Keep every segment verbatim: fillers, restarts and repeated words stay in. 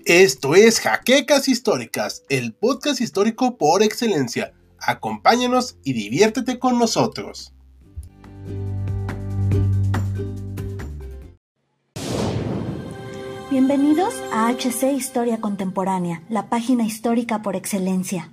Esto es Jaquecas Históricas, el podcast histórico por excelencia. Acompáñanos y diviértete con nosotros. Bienvenidos a H C Historia Contemporánea, la página histórica por excelencia.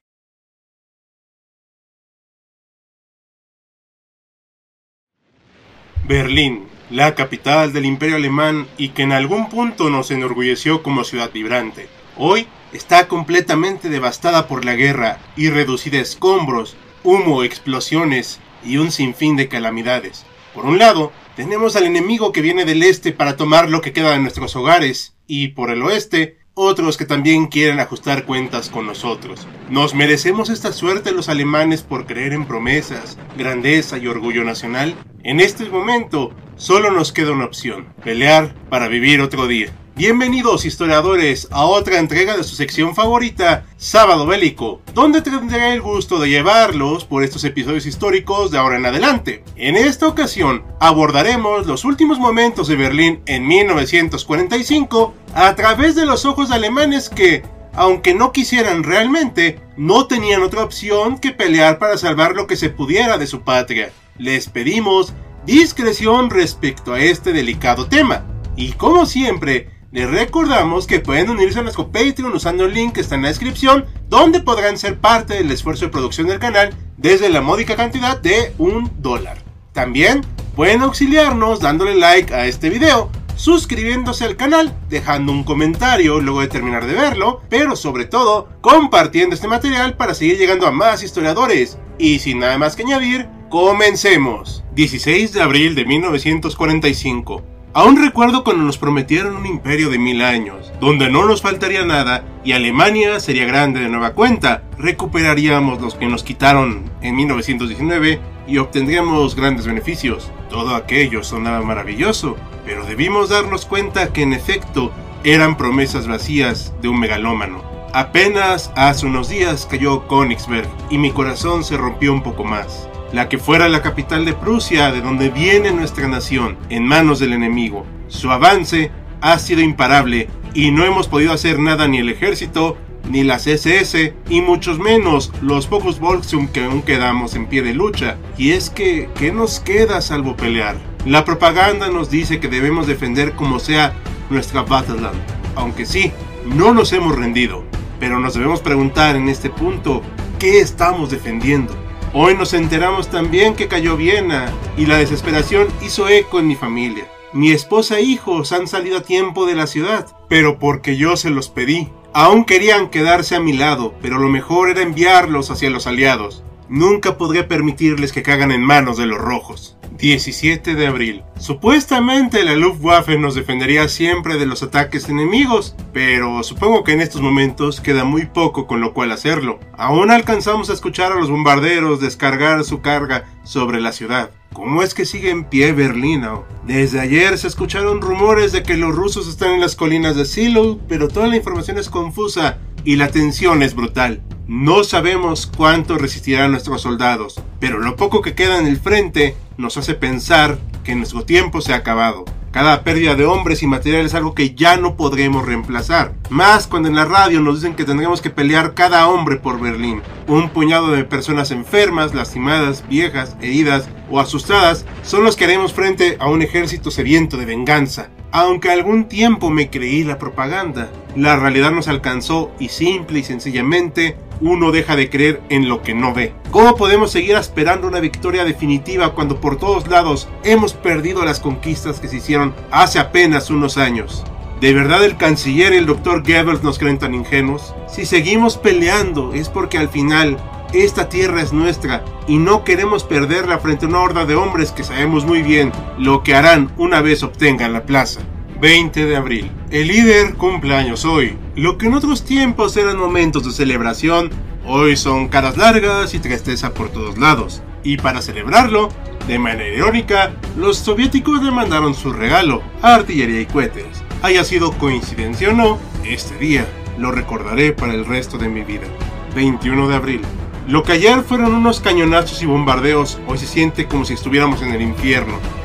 Berlín, la capital del Imperio Alemán y que en algún punto nos enorgulleció como ciudad vibrante, hoy está completamente devastada por la guerra y reducida a escombros, humo, explosiones y un sinfín de calamidades. Por un lado, tenemos al enemigo que viene del este para tomar lo que queda de nuestros hogares, y por el oeste, otros que también quieren ajustar cuentas con nosotros. ¿Nos merecemos esta suerte los alemanes por creer en promesas, grandeza y orgullo nacional? En este momento, solo nos queda una opción: pelear para vivir otro día. Bienvenidos, historiadores, a otra entrega de su sección favorita, Sábado Bélico, donde tendré el gusto de llevarlos por estos episodios históricos de ahora en adelante. En esta ocasión, abordaremos los últimos momentos de Berlín en mil novecientos cuarenta y cinco a través de los ojos alemanes que, aunque no quisieran realmente, no tenían otra opción que pelear para salvar lo que se pudiera de su patria. Les pedimos discreción respecto a este delicado tema, y como siempre, les recordamos que pueden unirse a nuestro Patreon usando el link que está en la descripción, donde podrán ser parte del esfuerzo de producción del canal desde la módica cantidad de un dólar. También pueden auxiliarnos dándole like a este video, suscribiéndose al canal, dejando un comentario luego de terminar de verlo, pero sobre todo compartiendo este material para seguir llegando a más historiadores. Y sin nada más que añadir, comencemos. dieciséis de abril de mil novecientos cuarenta y cinco. Aún recuerdo cuando nos prometieron un imperio de mil años, donde no nos faltaría nada y Alemania sería grande de nueva cuenta. Recuperaríamos los que nos quitaron en mil novecientos diecinueve y obtendríamos grandes beneficios. Todo aquello sonaba maravilloso, pero debimos darnos cuenta que en efecto eran promesas vacías de un megalómano. Apenas hace unos días cayó Königsberg y mi corazón se rompió un poco más. La que fuera la capital de Prusia, de donde viene nuestra nación, en manos del enemigo. Su avance ha sido imparable y no hemos podido hacer nada ni el ejército, ni las ese ese, y muchos menos los pocos Volksum que aún quedamos en pie de lucha. Y es que, ¿qué nos queda salvo pelear? La propaganda nos dice que debemos defender como sea nuestra Vaterland. Aunque sí, no nos hemos rendido, pero nos debemos preguntar en este punto, ¿qué estamos defendiendo? Hoy nos enteramos también que cayó Viena y la desesperación hizo eco en mi familia. Mi esposa e hijos han salido a tiempo de la ciudad, pero porque yo se los pedí. Aún querían quedarse a mi lado, pero lo mejor era enviarlos hacia los aliados. Nunca podré permitirles que caigan en manos de los rojos. diecisiete de abril. Supuestamente la Luftwaffe nos defendería siempre de los ataques enemigos, pero supongo que en estos momentos queda muy poco con lo cual hacerlo. Aún alcanzamos a escuchar a los bombarderos descargar su carga sobre la ciudad. ¿Cómo es que sigue en pie Berlín? Desde ayer se escucharon rumores de que los rusos están en las colinas de Zielou, pero toda la información es confusa y la tensión es brutal. No sabemos cuánto resistirán nuestros soldados, pero lo poco que queda en el frente nos hace pensar que nuestro tiempo se ha acabado. Cada pérdida de hombres y material es algo que ya no podremos reemplazar. Más cuando en la radio nos dicen que tendremos que pelear cada hombre por Berlín. Un puñado de personas enfermas, lastimadas, viejas, heridas o asustadas son los que haremos frente a un ejército sediento de venganza. Aunque algún tiempo me creí la propaganda, la realidad nos alcanzó y simple y sencillamente uno deja de creer en lo que no ve. ¿Cómo podemos seguir esperando una victoria definitiva cuando por todos lados hemos perdido las conquistas que se hicieron hace apenas unos años? ¿De verdad el canciller y el doctor Goebbels nos creen tan ingenuos? Si seguimos peleando es porque al final esta tierra es nuestra y no queremos perderla frente a una horda de hombres que sabemos muy bien lo que harán una vez obtengan la plaza. veinte de abril. El líder cumple años hoy. Lo que en otros tiempos eran momentos de celebración, hoy son caras largas y tristeza por todos lados. Y para celebrarlo, de manera irónica, los soviéticos le mandaron su regalo, artillería y cohetes. Haya sido coincidencia o no, este día lo recordaré para el resto de mi vida. veintiuno de abril. Lo que ayer fueron unos cañonazos y bombardeos, hoy se siente como si estuviéramos en el infierno.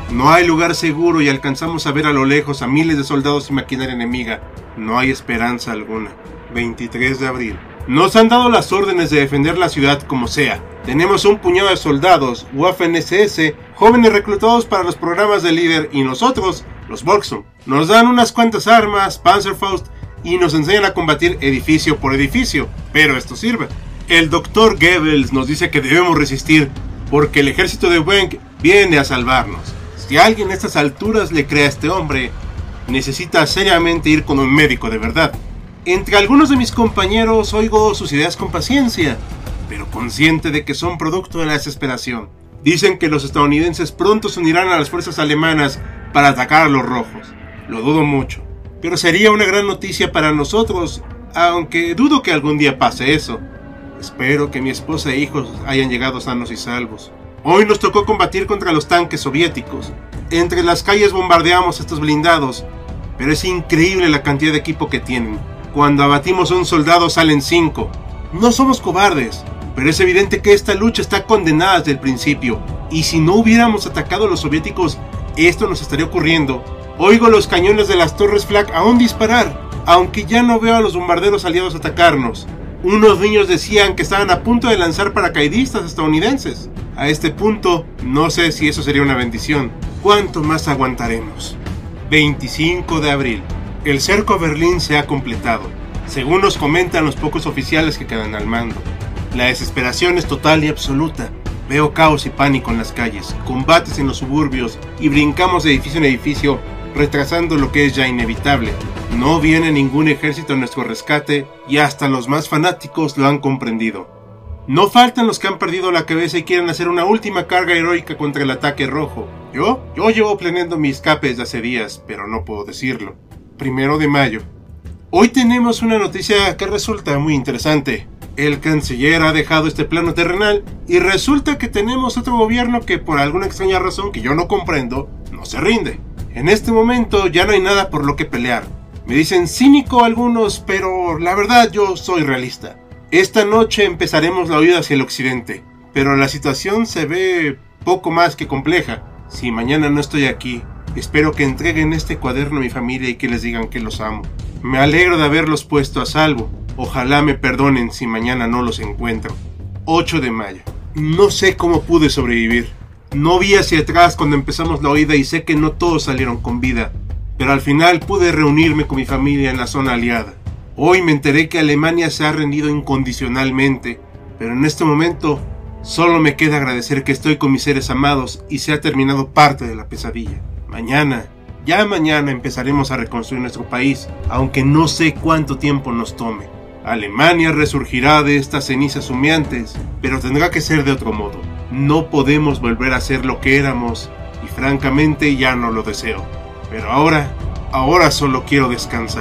No hay lugar seguro y alcanzamos a ver a lo lejos a miles de soldados y maquinaria enemiga. No hay esperanza alguna. veintitrés de abril. Nos han dado las órdenes de defender la ciudad como sea. Tenemos un puñado de soldados, Waffen ese ese, jóvenes reclutados para los programas de líder, y nosotros, los Volkssturm, nos dan unas cuantas armas, Panzerfaust, y nos enseñan a combatir edificio por edificio. Pero esto sirve. El doctor Goebbels nos dice que debemos resistir, porque el ejército de Weng viene a salvarnos. Si alguien a estas alturas le cree a este hombre, necesita seriamente ir con un médico de verdad. Entre algunos de mis compañeros oigo sus ideas con paciencia, pero consciente de que son producto de la desesperación. Dicen que los estadounidenses pronto se unirán a las fuerzas alemanas para atacar a los rojos. Lo dudo mucho, pero sería una gran noticia para nosotros, aunque dudo que algún día pase eso. Espero que mi esposa e hijos hayan llegado sanos y salvos. Hoy nos tocó combatir contra los tanques soviéticos. Entre las calles bombardeamos estos blindados, pero es increíble la cantidad de equipo que tienen. Cuando abatimos a un soldado salen cinco. No somos cobardes, pero es evidente que esta lucha está condenada desde el principio, y si no hubiéramos atacado a los soviéticos, esto nos estaría ocurriendo. Oigo los cañones de las torres Flak aún disparar, aunque ya no veo a los bombarderos aliados atacarnos. Unos niños decían que estaban a punto de lanzar paracaidistas estadounidenses. A este punto, no sé si eso sería una bendición. ¿Cuánto más aguantaremos? veinticinco de abril. El cerco a Berlín se ha completado, según nos comentan los pocos oficiales que quedan al mando. La desesperación es total y absoluta. Veo caos y pánico en las calles, combates en los suburbios y brincamos de edificio en edificio, retrasando lo que es ya inevitable. No viene ningún ejército a nuestro rescate y hasta los más fanáticos lo han comprendido. No faltan los que han perdido la cabeza y quieren hacer una última carga heroica contra el ataque rojo. Yo, yo llevo planeando mi escape desde hace días, pero no puedo decirlo. Primero de mayo. Hoy tenemos una noticia que resulta muy interesante. El canciller ha dejado este plano terrenal y resulta que tenemos otro gobierno que por alguna extraña razón que yo no comprendo, no se rinde. En este momento ya no hay nada por lo que pelear. Me dicen cínico algunos, pero la verdad yo soy realista. Esta noche empezaremos la huida hacia el occidente, pero la situación se ve poco más que compleja. Si mañana no estoy aquí, espero que entreguen este cuaderno a mi familia y que les digan que los amo. Me alegro de haberlos puesto a salvo. Ojalá me perdonen si mañana no los encuentro. ocho de mayo. No sé cómo pude sobrevivir. No vi hacia atrás cuando empezamos la huida y sé que no todos salieron con vida, pero al final pude reunirme con mi familia en la zona aliada. Hoy me enteré que Alemania se ha rendido incondicionalmente, pero en este momento solo me queda agradecer que estoy con mis seres amados y se ha terminado parte de la pesadilla. Mañana, ya mañana empezaremos a reconstruir nuestro país, aunque no sé cuánto tiempo nos tome. Alemania resurgirá de estas cenizas humeantes, pero tendrá que ser de otro modo. No podemos volver a ser lo que éramos, y francamente ya no lo deseo. Pero ahora, ahora solo quiero descansar.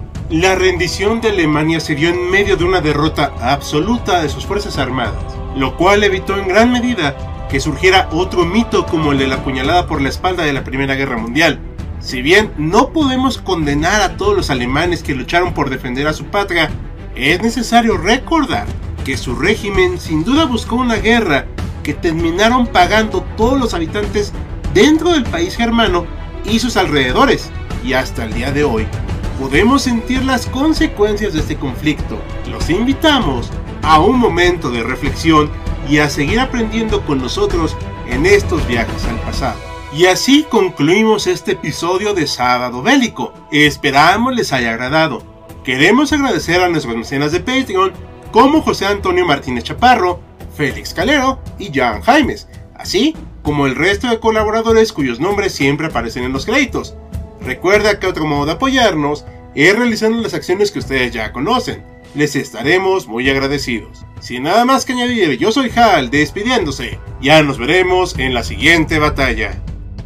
La rendición de Alemania se dio en medio de una derrota absoluta de sus fuerzas armadas, lo cual evitó en gran medida que surgiera otro mito como el de la puñalada por la espalda de la Primera Guerra Mundial. Si bien no podemos condenar a todos los alemanes que lucharon por defender a su patria, es necesario recordar que su régimen sin duda buscó una guerra que terminaron pagando todos los habitantes dentro del país germano y sus alrededores, y hasta el día de hoy podemos sentir las consecuencias de este conflicto. Los invitamos a un momento de reflexión y a seguir aprendiendo con nosotros en estos viajes al pasado. Y así concluimos este episodio de Sábado Bélico. Esperamos les haya agradado. Queremos agradecer a nuestros mecenas de Patreon como José Antonio Martínez Chaparro, Félix Calero y Jan Jaimes, así como el resto de colaboradores cuyos nombres siempre aparecen en los créditos. Recuerda que otro modo de apoyarnos es realizando las acciones que ustedes ya conocen. Les estaremos muy agradecidos. Sin nada más que añadir, yo soy Hal despidiéndose. Ya nos veremos en la siguiente batalla.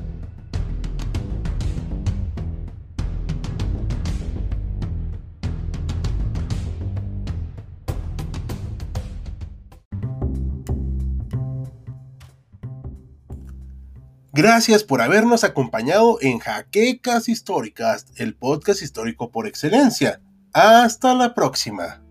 Gracias por habernos acompañado en Jaquecas Históricas, el podcast histórico por excelencia. Hasta la próxima.